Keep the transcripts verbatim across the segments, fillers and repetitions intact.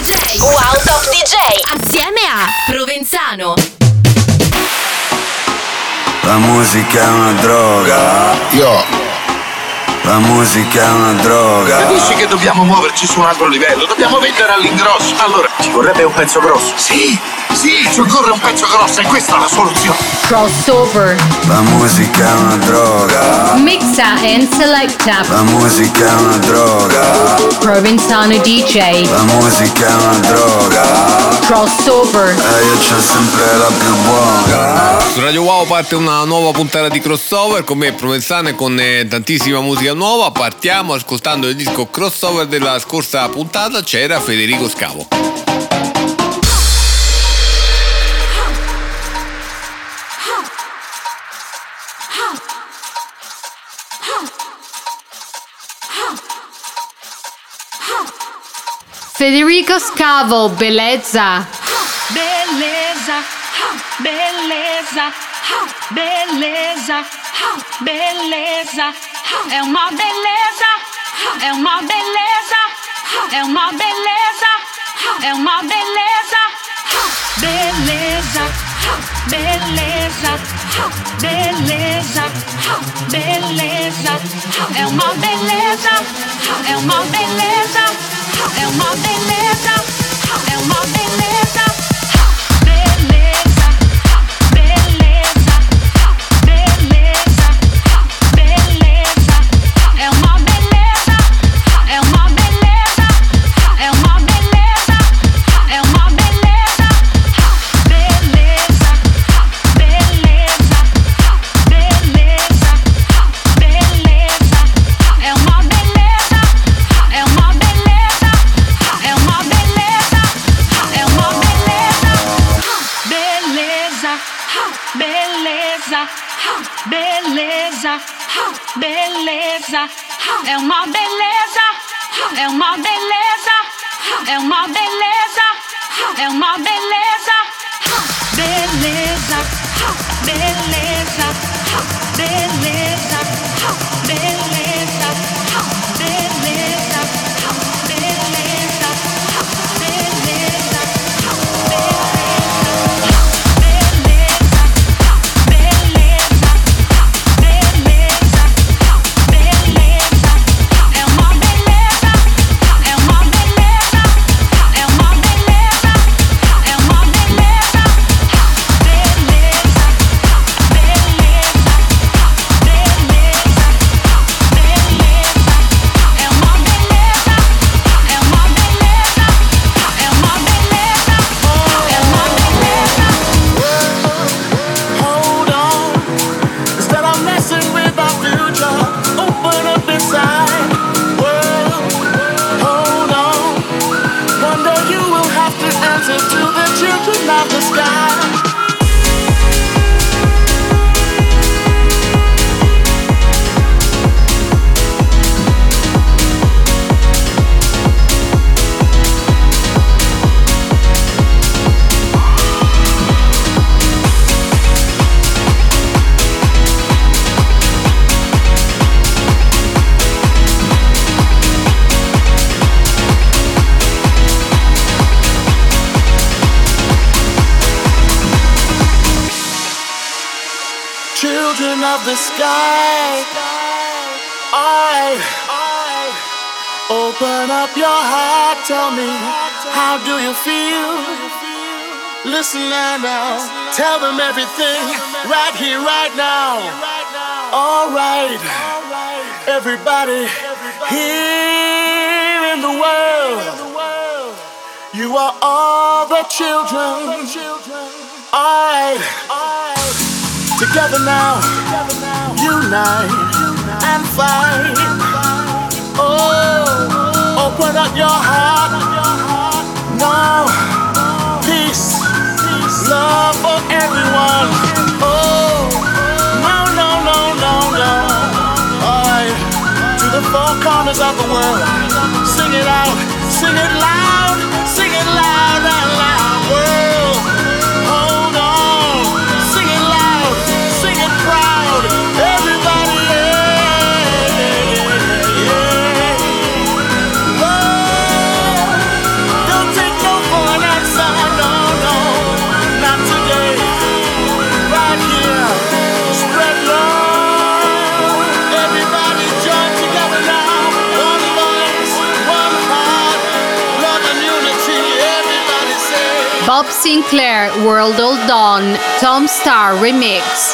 D J. Wow Top D J. Assieme a Provenzano. La musica è una droga. Io. La musica è una droga. Capisci che dobbiamo muoverci su un altro livello? Dobbiamo vendere all'ingrosso. Allora, ci vorrebbe un pezzo grosso. Sì, sì, ci occorre un pezzo grosso e questa è la soluzione. Crossover. La musica è una droga. Mixa and selecta. La musica è una droga. Provenzano D J. La musica è una droga. Crossover. E io c'ho sempre la più buona. Su Radio Wow parte una nuova puntata di Crossover con me Provenzano e con eh, tantissima musica nuova. Partiamo ascoltando il disco Crossover della scorsa puntata, c'era Federico Scavo. Federico Scavo, bellezza. Bellezza, bellezza, bellezza, bellezza. È una bellezza, è una bellezza, è una bellezza, è una bellezza. Bellezza, bellezza, bellezza, bellezza. È una bellezza, è una bellezza. È una bellezza, è una bellezza, bellezza, bellezza, bellezza, bellezza, è una bellezza, è una bellezza, è una bellezza, è una bellezza, bellezza, bellezza, bellezza, bellezza, è una bellezza, è una bellezza. È una bellezza, è una bellezza, bellezza, bellezza, bellezza, bellezza, è una bellezza, è una bellezza, è una bellezza, è una bellezza, bellezza, bellezza, bellezza, bellezza, bellezza. Of the sky, I open up your heart. Tell me, how do you feel? Listen now, tell them everything right here, right now. All right, everybody here in the world, you are all the children. I. Together now, unite and fight. Oh, open up your heart. Now, peace, love for everyone. Oh, no, no, no, no, no. All right, to the four corners of the world. Sing it out, sing it loud, sing it loud and loud. World, hold on, sing it loud. Proud, everybody, yeah, yeah, yeah. Whoa, don't take Bob Sinclair, World Hold On, Tom Starr Remix.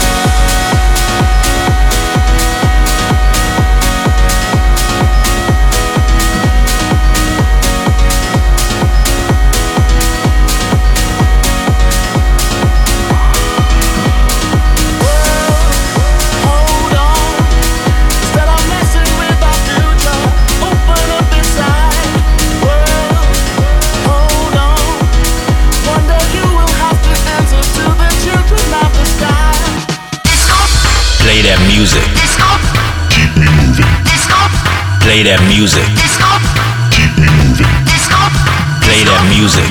Play that music. Keep me moving. Play that music. Keep me moving. Play that music.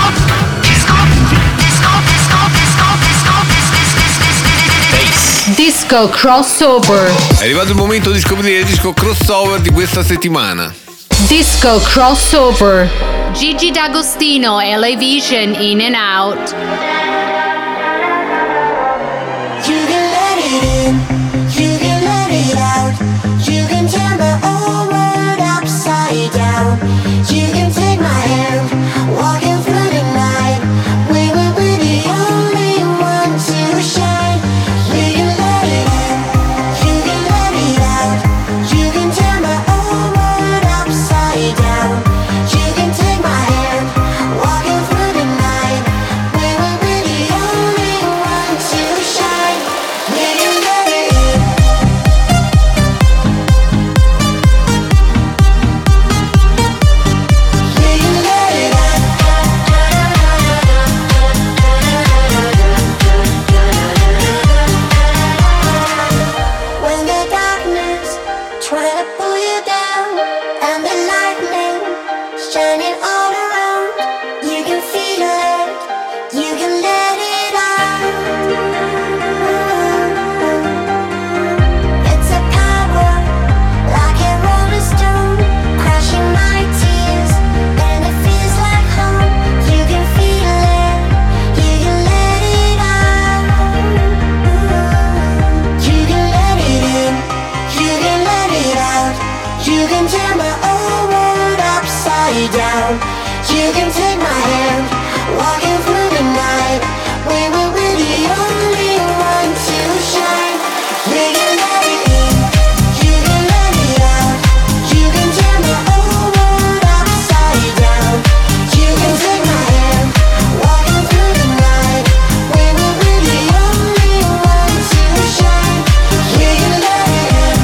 Disco Crossover. È arrivato il momento di scoprire il disco crossover di questa settimana. Disco Crossover. Gigi D'Agostino, L A Vision, In and Out. You can let it in, you can let it out. You can turn the whole world upside down. You can take my hand, walking through the night. We will be the only one to shine. We can let it in, you can let it out. You can turn the whole world upside down. You can take my hand, walking through the night. We will be the only one to shine. We can let it in. We can let it out. When the darkness try to pull you down and the lightning shining all around, you can feel it, you can let it out. It's a power like a rolling stone, crushing my tears, and it feels like home. You can feel it, you can let it out. You can let it in, you can let it out. You can turn my whole world upside down. You can take my hand, walking through the night. We will be the only one to shine. We can let it in, you can let it out. You can turn my whole world upside down. You can take my hand, walking through the night. We will be the only one to shine. We can let it in.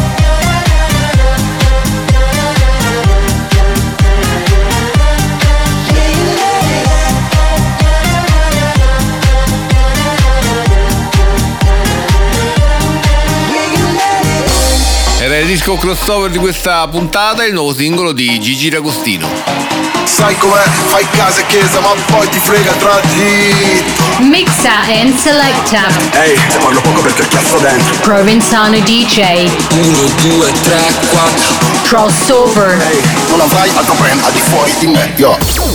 Era il disco crossover di questa puntata, il nuovo singolo di Gigi D'Agostino. Sai com'è? Fai casa e chiesa ma poi ti frega il tragitto. Mixa and Selecta. Ehi, se parlo poco perché il cazzo dentro. Provenzano D J. uno, due, tre, quattro. Crossover. Ehi, non avrai altro brand al di fuori di me, yo.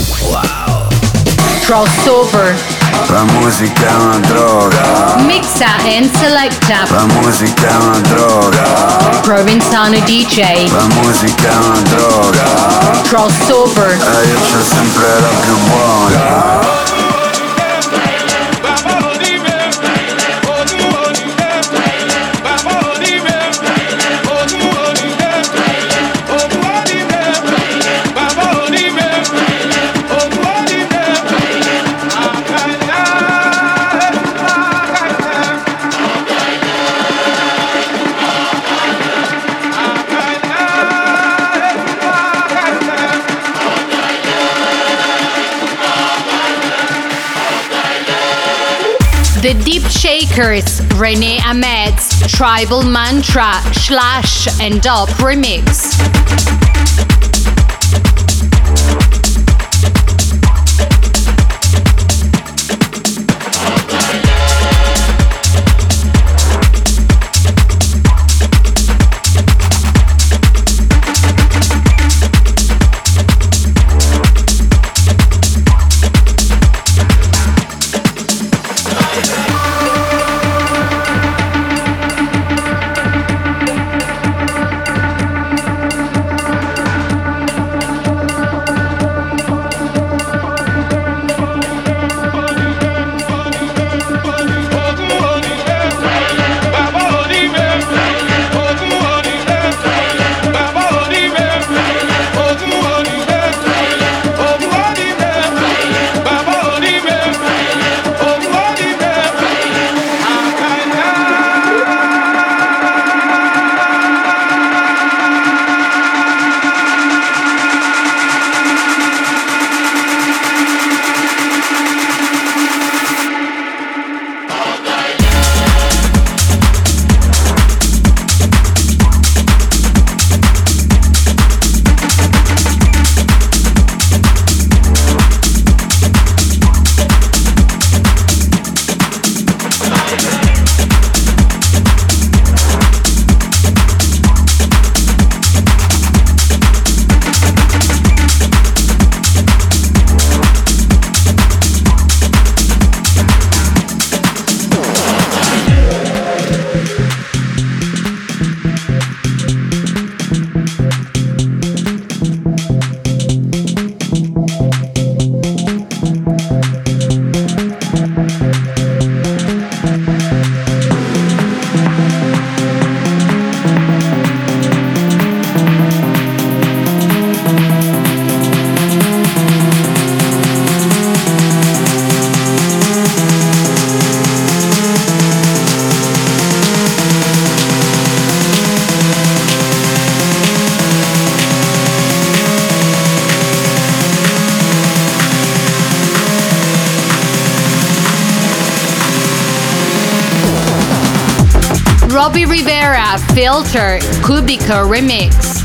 Crossover. La musica è una droga. Mixa and Selecta. La musica è una droga. Provenzano D J. La musica è una droga. Crossover. E io c'ho sempre la più buona. The Deep Shakers, Rene Ahmed's Tribal Mantra, Slash and Dub Remix. Bobby Rivera, Filter, Cubico Remix.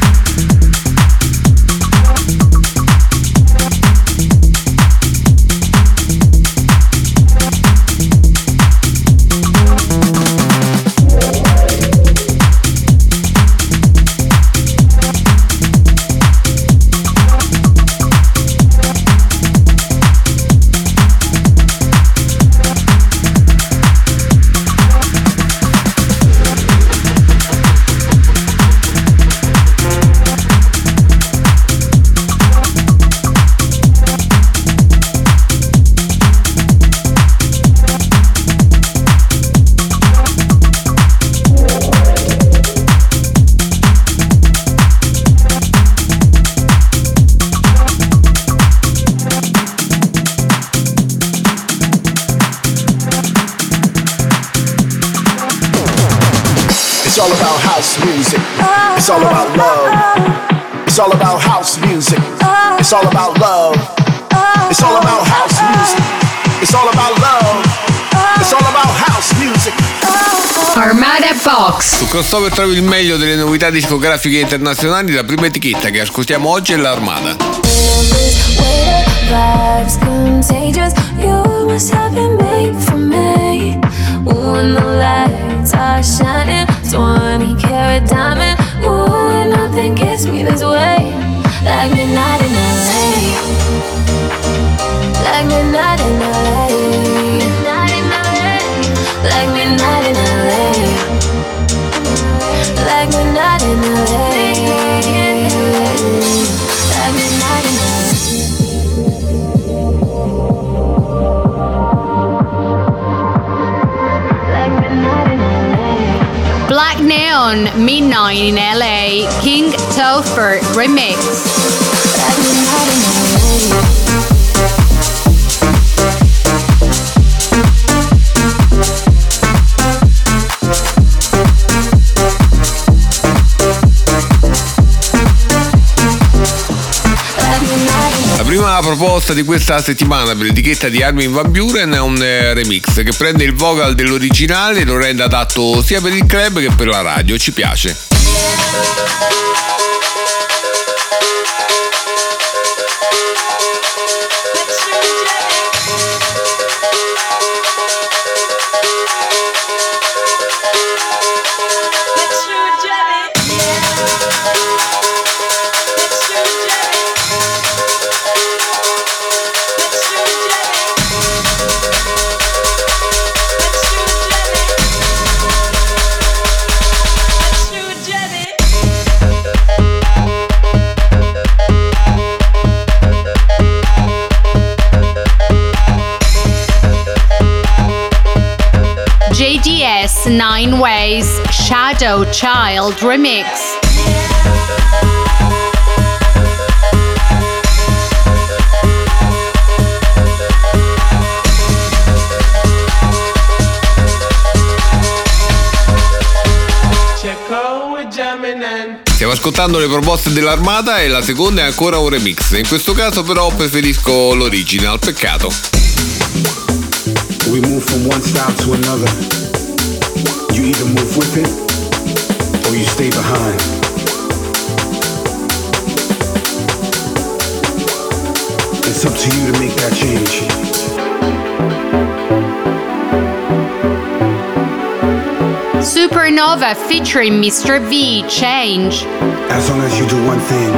It's all about house music. It's all about love. It's all about house music. It's all about love. It's all about house music. It's all about love. It's all about house music. Armada Box. Su Crossover trovi il meglio delle novità discografiche internazionali. La prima etichetta che ascoltiamo oggi è l'Armada. Vibes contagious, you must have been made for me. When the lights are shining, twenty karat diamond. Ooh, nothing gets me this way. Like midnight in L A. Like midnight in L A. Midnight in L A. Like midnight in L A. Like midnight in L A. Like midnight in L A. Black Neon, Midnight in L A, King Topher Remix. La prima proposta di questa settimana per l'etichetta di Armin van Buuren è un eh, remix che prende il vocal dell'originale e lo rende adatto sia per il club che per la radio. Ci piace. J D S Nine Ways, Shadow Child Remix. Stiamo ascoltando le proposte dell'Armada e la seconda è ancora un remix. In questo caso però preferisco l'original, peccato. We move from one style to another. You either move with it or you stay behind. It's up to you to make that change. Supernova featuring Mister V, Change. As long as you do one thing,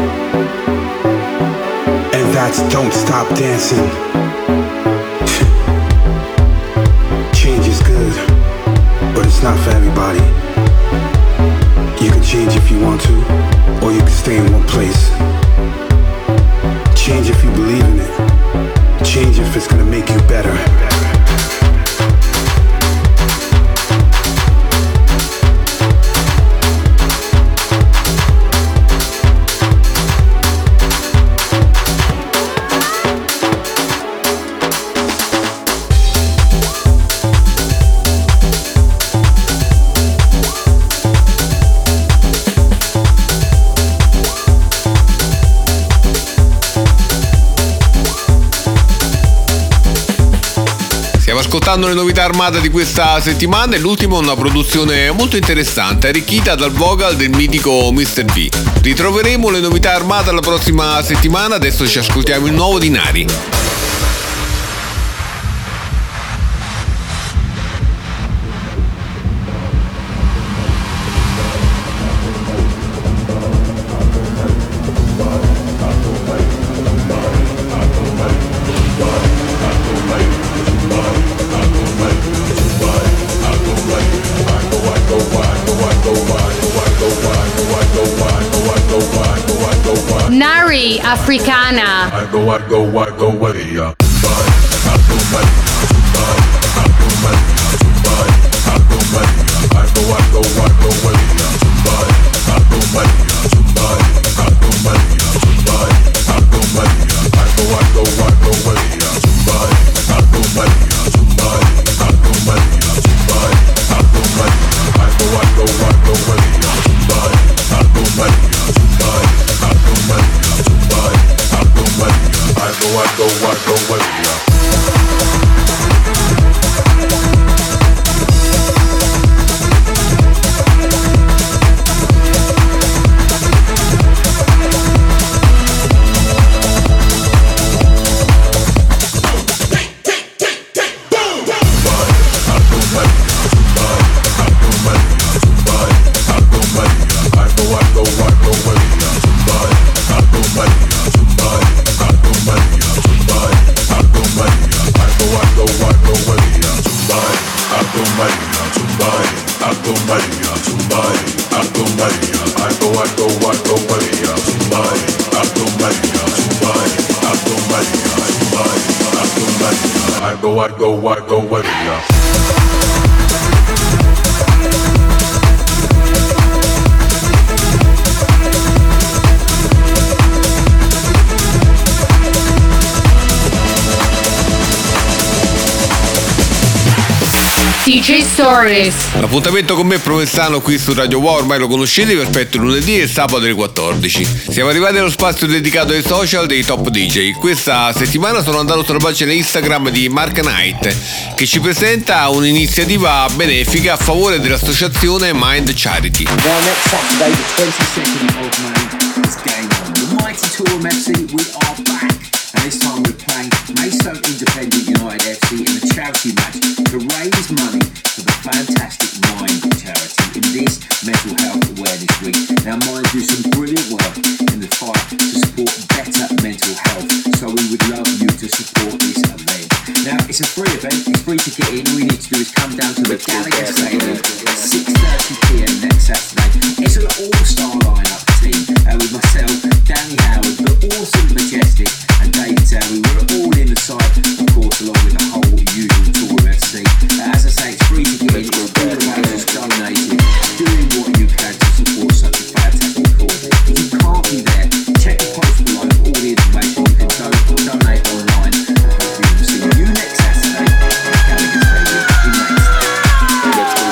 and that's don't stop dancing. Change is good, but it's not for everybody. You can change if you want to, or you can stay in one place. Change if you believe in it. Change if it's gonna make you better. ascoltando le novità armate di questa settimana e l'ultima è una produzione molto interessante, arricchita dal vocal del mitico mister V. Ritroveremo le novità armate la prossima settimana, adesso ci ascoltiamo il nuovo di Nari. Nari Africana. I go, I go, I go, way up. D J Stories. L'appuntamento con me Provenzano qui su Radio Wow, ormai lo conoscete, vi aspetto lunedì e sabato alle quattordici. Siamo arrivati allo spazio dedicato ai social dei top D J. Questa settimana sono andato sulla pagina Instagram di Mark Knight, che ci presenta un'iniziativa benefica a favore dell'associazione Mind Charity. Now next Saturday, the twenty-second of May, is game on. The mighty Tour F C, we are back. And this time we're playing Maidstone Independent United F C in a charity match to raise money for the fantastic Mind charity in this Mental Health Awareness Week. Now Mind do some brilliant work in the fight to support better mental health, so we would love you to support this event. Now it's a free event, it's free to get in, all you need to do is come down to the Gallagher Stadium at six thirty p m next Saturday. It's an all-star lineup team uh, with myself, Danny Howard, the awesome Majestic and David Towie. We're all in the side, of course, along with the whole usual Tour F C. Uh, as I say, it's free to get in, it's all about just donating, doing what you can to support such a fantastic cause. If you can't be there, check the post below for all the information. You can do- donate online, and hopefully we'll see you next Saturday at Gallagher Stadium in Maidstone.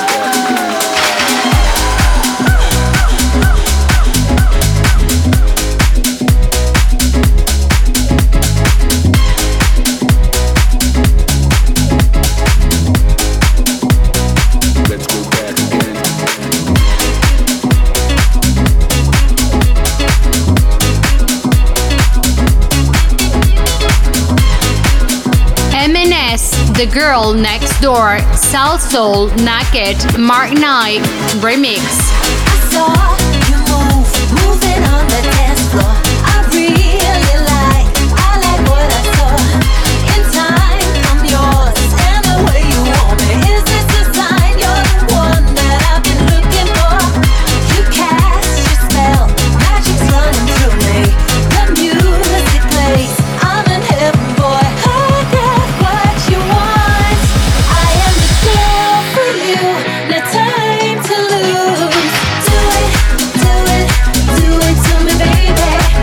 M N S, The Girl Next Door, South Soul, Naked, Mark Knight, Remix. I saw you move, moving on the dance floor. I really like, I like what I saw. In time, I'm yours, and the way you want me. Is this a sign you're the one that I've been looking for? You cast your spell, magic's running through me. The music plays, I'm in heaven, boy. I got what you want. I am the girl for you, no time to lose. Do it, do it, do it to me, baby.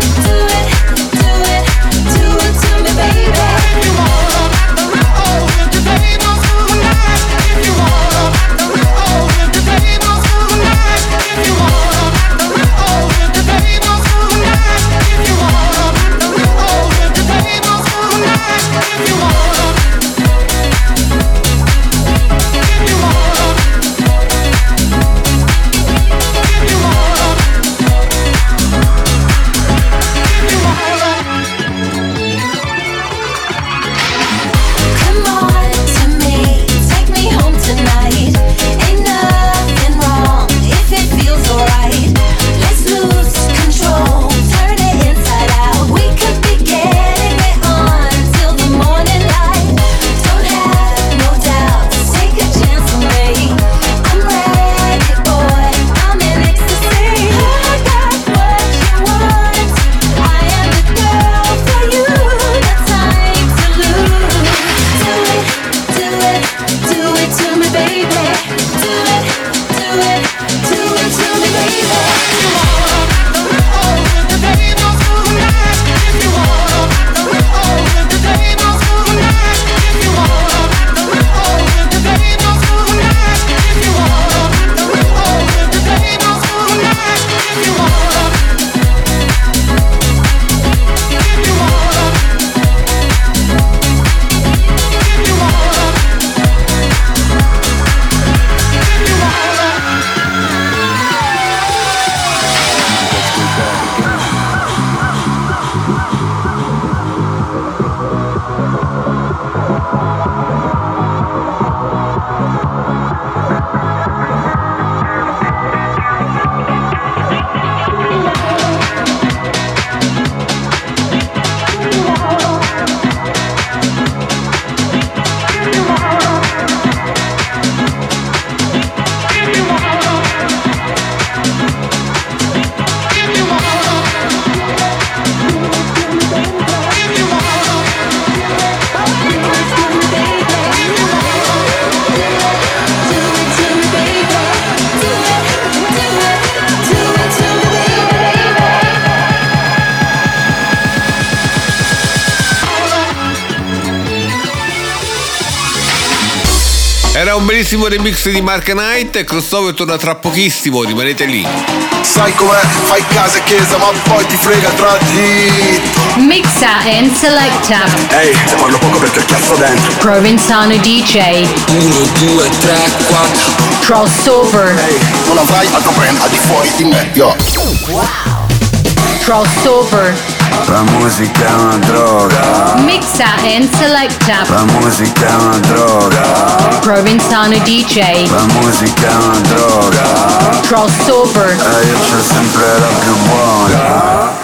Era un bellissimo remix di Mark Knight e Crossover torna tra pochissimo, rimanete lì. Sai com'è, fai casa e chiesa ma poi ti frega tra di. Mixa and selecta. Ehi, hey, te parlo poco perché ho il cazzo dentro. Provenzano D J. uno, due, tre, quattro. Crossover. Ehi, hey, non avrai altro brand al di fuori di me, yo. Wow. Crossover. La musica è una droga. Mixa and selecta. La musica è una droga. Provenzano D J. La musica è una droga. Crossover. E io c'ho sempre la più buona.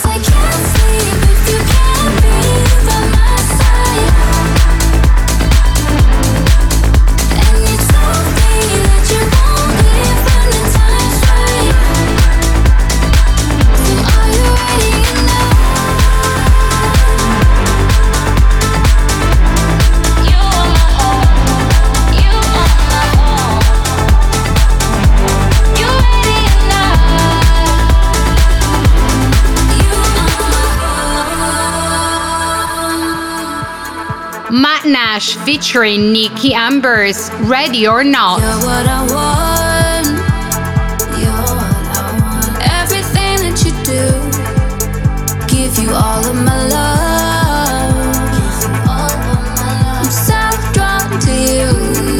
Matt Nash featuring Nikki Ambers, Ready or Not. You're what I want. You're what I want. Everything that you do, give you all of my love. Give you all of my love. I'm so drawn to you.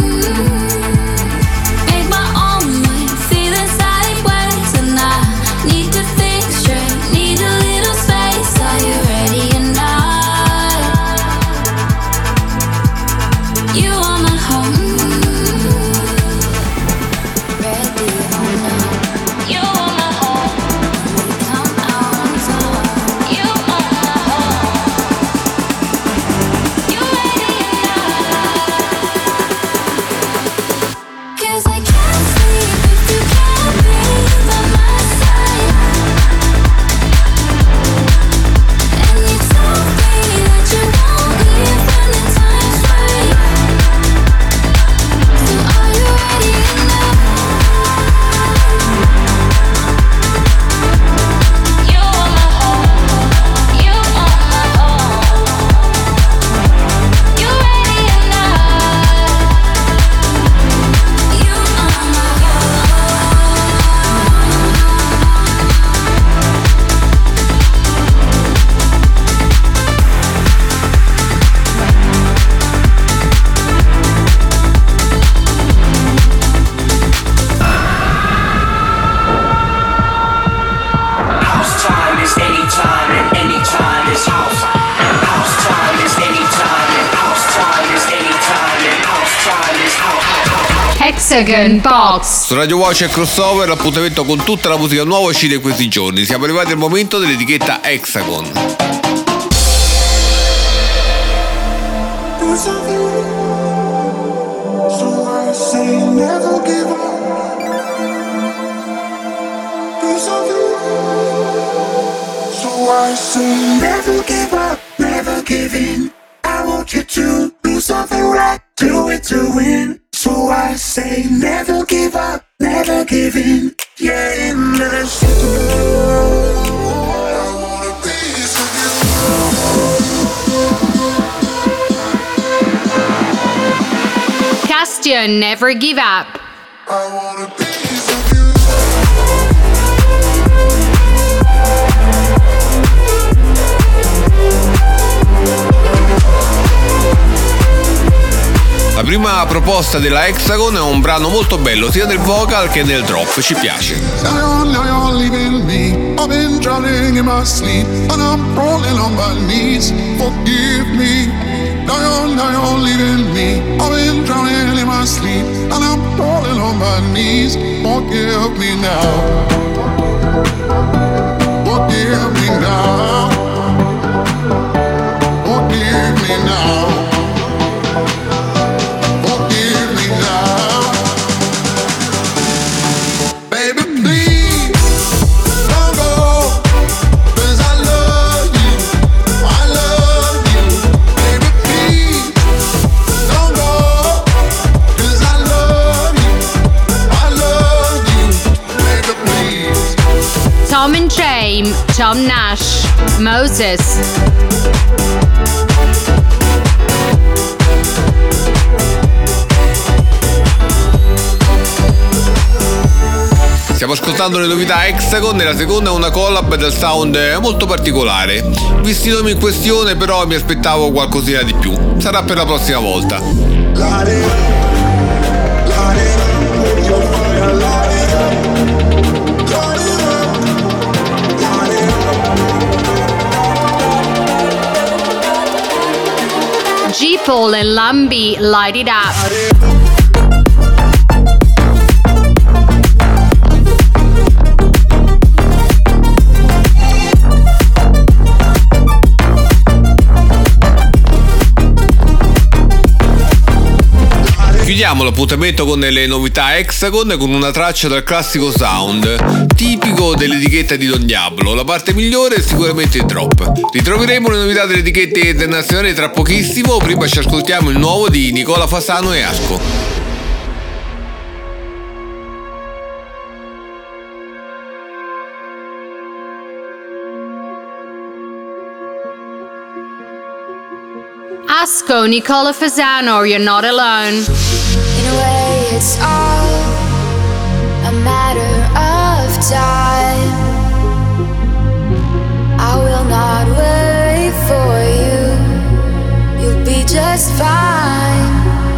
Make my own way, feeling sideways, and I need to think straight. Need a little space. Are you ready or not? You are my home. Ready or not? You are my home. We come out on top. You are my home. You ready or not? 'Cause I can't sleep if you can't be by my side. And you told me that you won't leave when the time's right. Hexagon Box. Su Radio Watch e Crossover l'appuntamento con tutta la musica nuova uscita in questi giorni. Siamo arrivati al momento dell'etichetta Hexagon. I say never give up, never give in. I want you to do something right, do it to win. So I say never give up, never give in. Yeah, and let's get together. I wanna be with you. Castion, Never Give Up. I wanna be. La prima proposta della Hexagon è un brano molto bello sia nel vocal che nel drop, ci piace. Now you're leaving me. I've been drowning in my sleep and I'm crawling on my knees. Forgive me. Now you're, now you're leaving me. I've been drowning in my sleep and I'm crawling on my knees. Forgive me now. Forgive me now. Forgive me now. Tom and James, Tom Nash, Moses. Stiamo ascoltando le novità Hexagon e la seconda è una collab dal sound molto particolare. Visti i nomi in questione però mi aspettavo qualcosina di più. Sarà per la prossima volta. G-Paul and Lambi, Light It Up. Chiudiamo l'appuntamento con le novità Hexagon con una traccia dal classico sound tipico dell'etichetta di Don Diablo. La parte migliore è sicuramente il drop. Ritroveremo le novità delle etichette internazionali tra pochissimo. Prima ci ascoltiamo il nuovo di Nicola Fasano e Asco. Asco, Nicola Fasano, You're Not Alone. In a way, it's all a matter of time. I will not wait for you. You'll be just fine.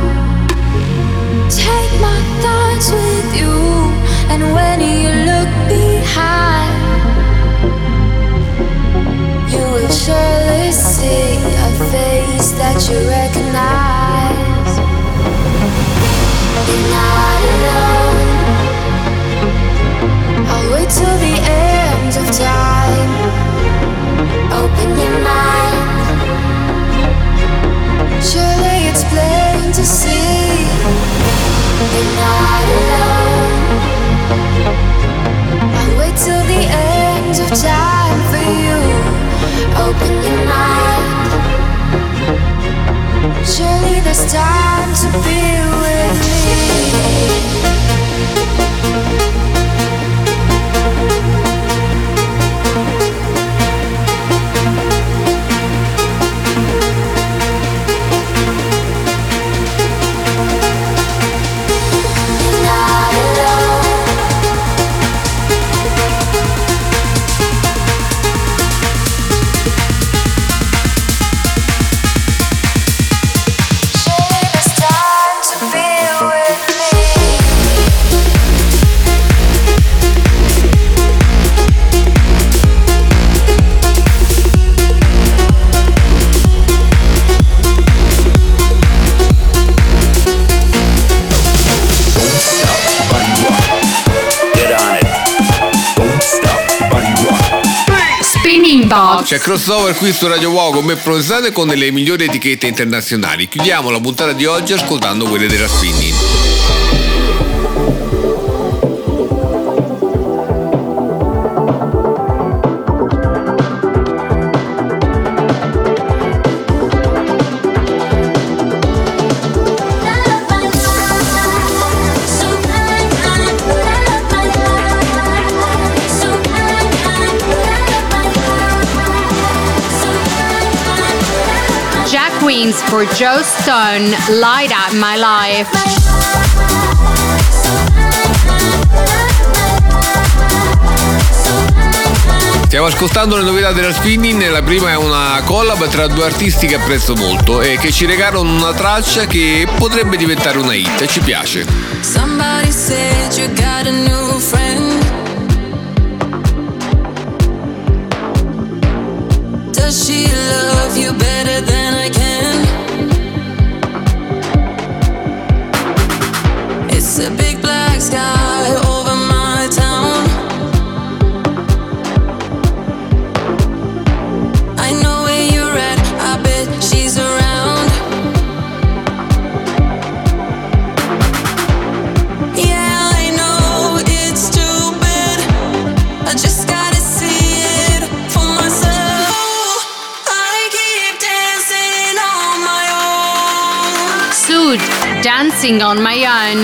Take my thoughts with you, and when you look behind, you will surely see a face that you recognize. You're not alone. I'll wait till the end of time. Open your mind. Surely it's plain to see. You're not alone. I'll wait till the end of time for you. Open your mind. Surely there's time to be with me. C'è crossover qui su Radio Wow con me Provenzano e con le migliori etichette internazionali. Chiudiamo la puntata di oggi ascoltando quelle della Spinning. Queens for Joe Stone, Light Up My Life. Stiamo ascoltando le novità della Spinning. La prima è una collab tra due artisti che apprezzo molto e che ci regalano una traccia che potrebbe diventare una hit. Ci piace. Somebody said you got a new friend. Does she love you better than I can? It's a big black sky over my town. I know where you're at, I bet she's around. Yeah, I know it's stupid, I just gotta see it for myself. I keep dancing on my own. Sood, Dancing on My Own.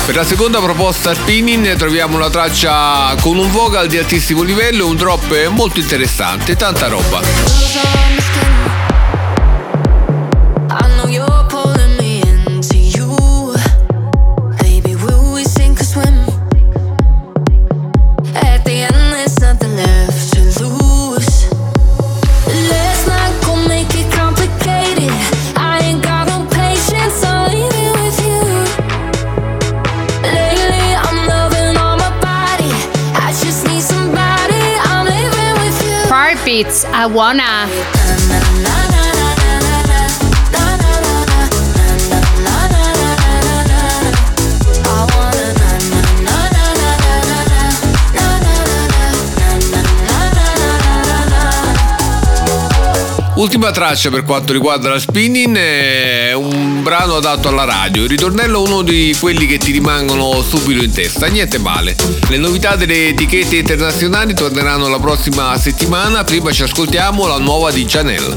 Per la seconda proposta Spinning troviamo una traccia con un vocal di altissimo livello e un drop molto interessante, tanta roba. Beats, I wanna. Ultima traccia per quanto riguarda la Spinning è un brano adatto alla radio. Il ritornello è uno di quelli che ti rimangono subito in testa, niente male. Le novità delle etichette internazionali torneranno la prossima settimana. Prima ci ascoltiamo la nuova di Chanel.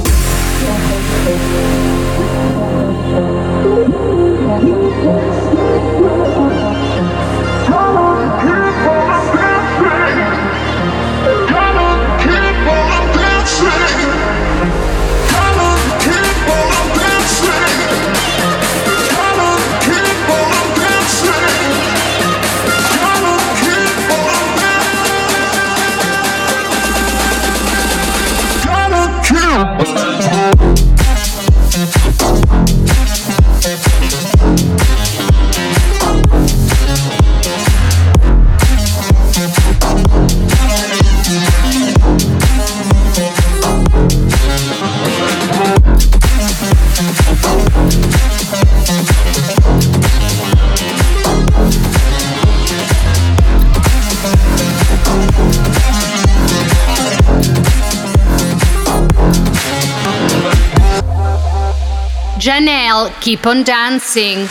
Janelle, keep on dancing.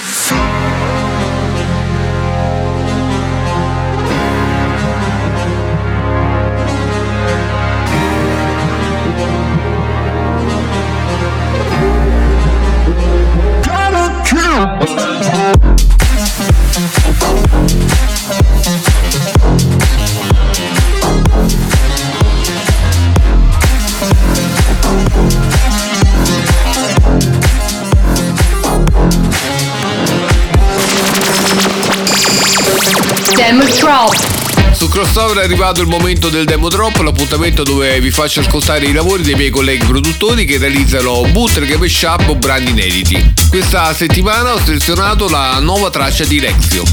Demo Drop. Su Crossover è arrivato il momento del Demo Drop, l'appuntamento dove vi faccio ascoltare i lavori dei miei colleghi produttori che realizzano bootleg, mashup o brani inediti. Questa settimana ho selezionato la nuova traccia di Lexio.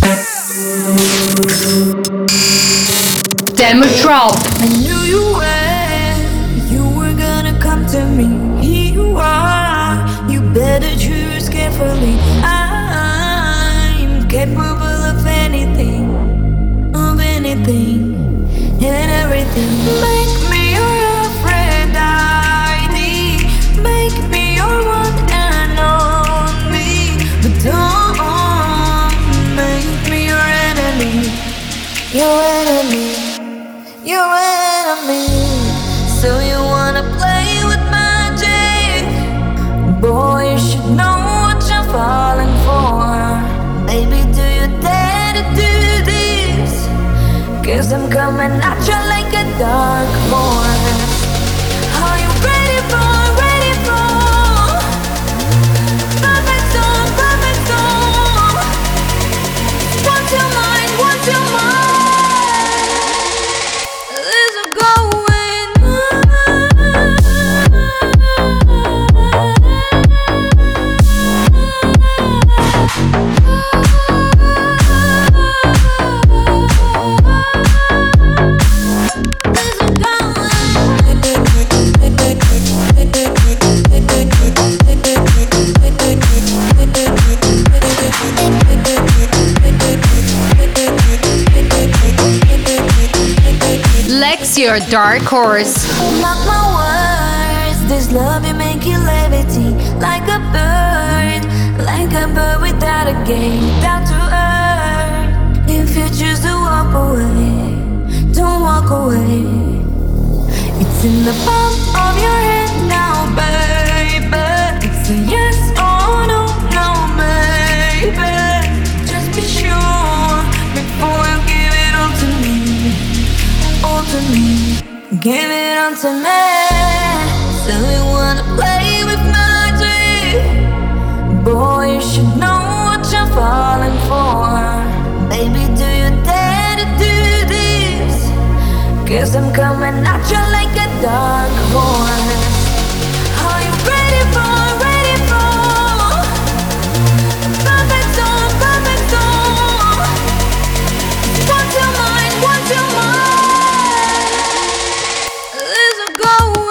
Demo Drop. I knew you were, you were gonna come to me. Here you are, you better choose carefully. I'm capable of anything, of anything and everything. Make me your Aphrodite, make me your one and only, but don't make me your enemy, your enemy, your enemy. So you wanna play with magic? Boy, you should know what you're falling for. Baby, do you dare to do this? Cause I'm coming at you like a dark horse. Are you ready for, ready for perfect storm, perfect storm? What's your mind, what's your mind? This is going. Lexio, Dark Horse. Mark my words, this love will make you levity, like a bird, like a bird without a gate, down to earth. If you choose to walk away, don't walk away. It's in the palm of your hand now, baby. It's a yes or no, no, baby. Just be sure. Give it on to me. So you wanna play with my dream? Boy, you should know what you're falling for. Baby, do you dare to do this? 'Cause I'm coming at you like a dark horse. Are you ready for, ready for perfect storm, perfect storm? Want your mind, want your mind. This is going.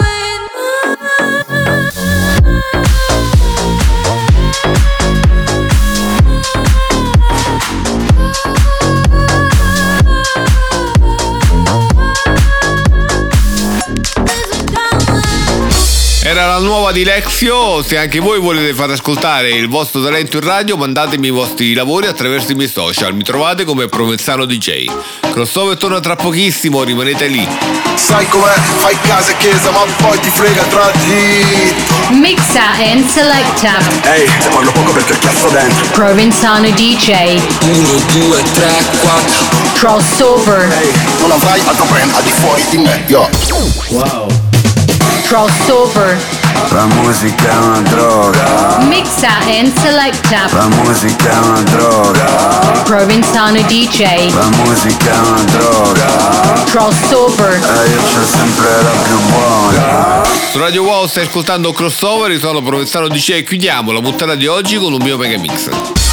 Era la nuova di Lexio. Se anche voi volete far ascoltare il vostro talento in radio, mandatemi i vostri lavori attraverso i miei social. Mi trovate come Provenzano D J. Crossover torna tra pochissimo, rimanete lì. Sai com'è, fai casa e chiesa ma poi ti frega tra di. Mixa and selecta. Ehi, hey, se parlo poco perché cazzo dentro. Provenzano D J. uno, due, tre, quattro. Crossover. Ehi, hey, non avrai altro brand al di fuori di me, yo. Wow. Crossover. La musica è una droga. Mixa and selecta. La musica è una droga. Provenzano D J. La musica è una droga. Crossover. E io c'ho sempre la più buona. Su Radio Wow stai ascoltando Crossover, io sono Provenzano D J e chiudiamo la puntata di oggi con un mio mega mix.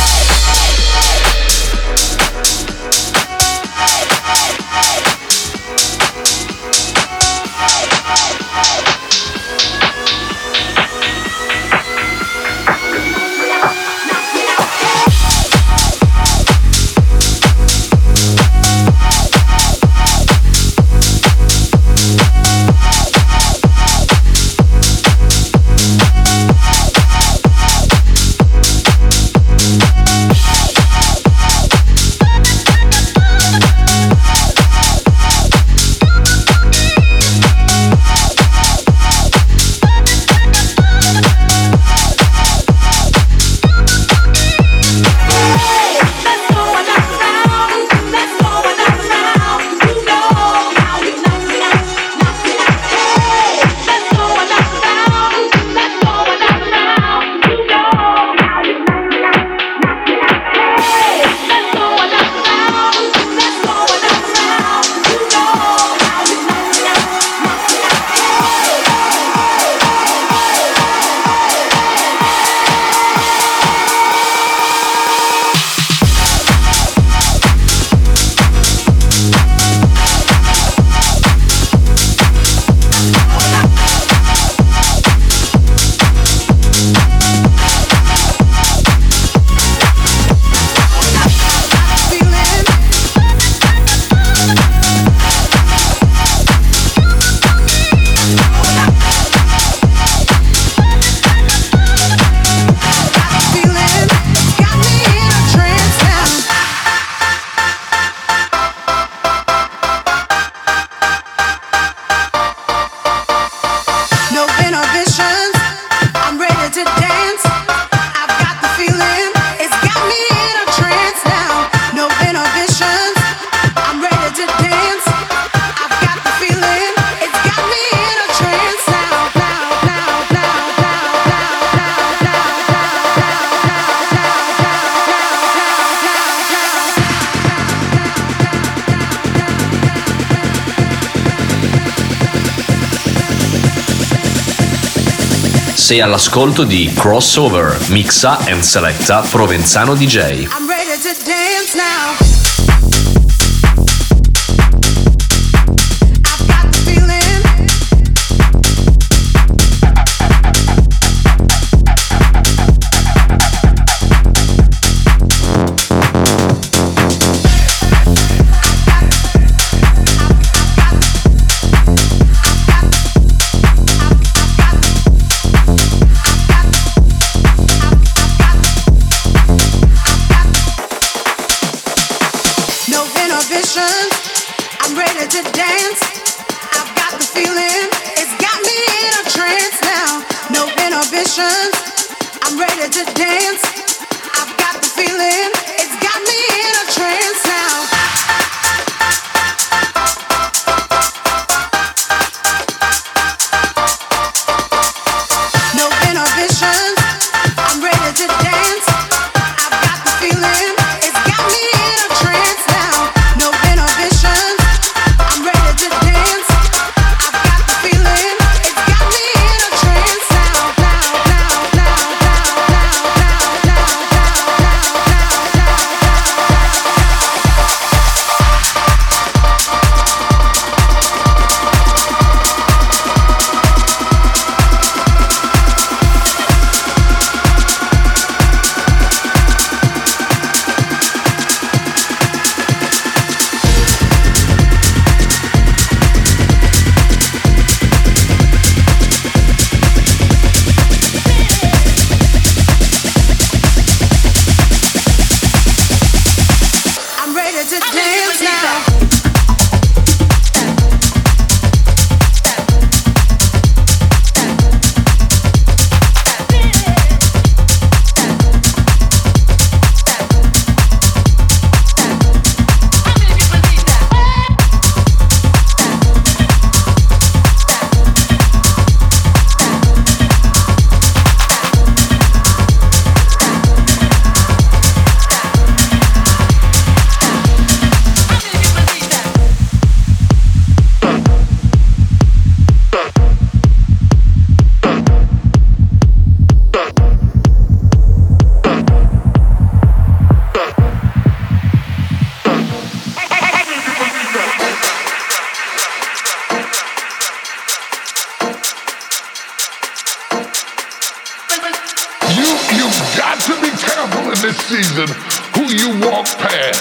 Sei all'ascolto di Crossover, mixa and selecta Provenzano D J. I'm ready to dance now. this season who you walk past.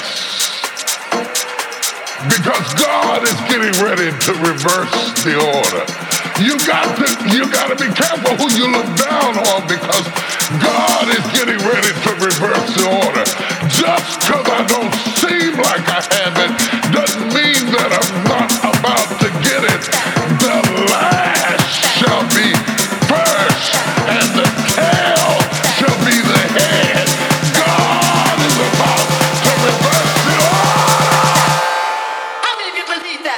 Because God is getting ready to reverse the order. You got to, you got to be careful who you look down on, because God is getting ready to reverse the order. Just because I don't seem like I have it doesn't mean that I'm not about to get it. The last shall be first, and the tail shall be the head. God is about to reverse the order. How many of you believe that?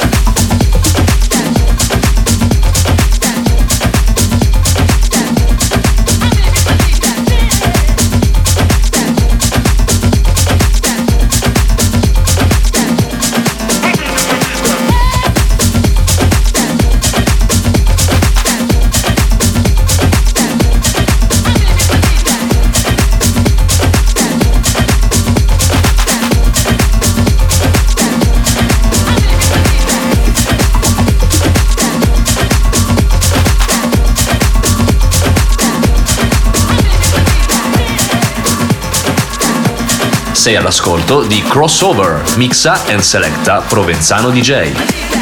Sei all'ascolto di Crossover, mixa and selecta Provenzano D J.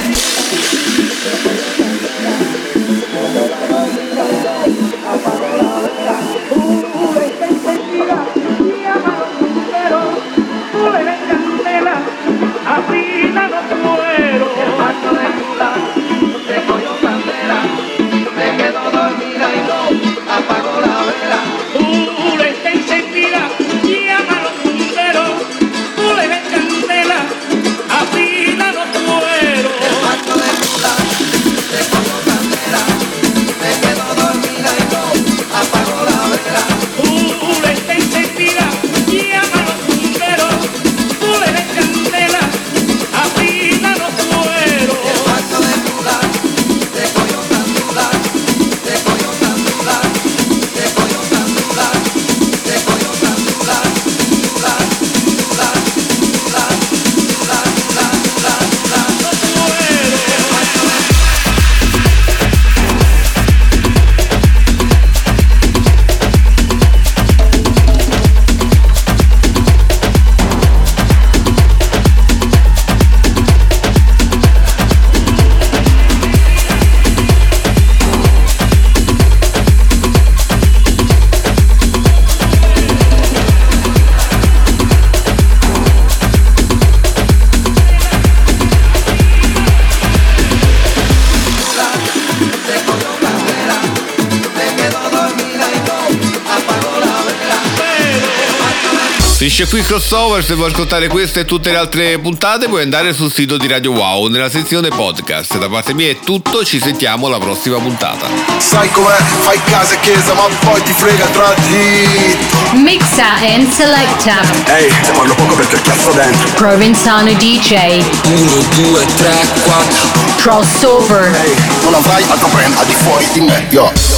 Finisce qui Crossover. Se vuoi ascoltare queste e tutte le altre puntate puoi andare sul sito di Radio Wow nella sezione podcast. Da parte mia è tutto, ci sentiamo alla prossima puntata. Sai com'è, fai casa e chiesa ma poi ti frega tra di. Mixa and selecta. Ehi, hey, parlo poco perché ho chiasso dentro. Provenzano D J. uno, due, tre, quattro. Crossover. Ehi, hey, non avrai altro brand al di fuori di me, yo.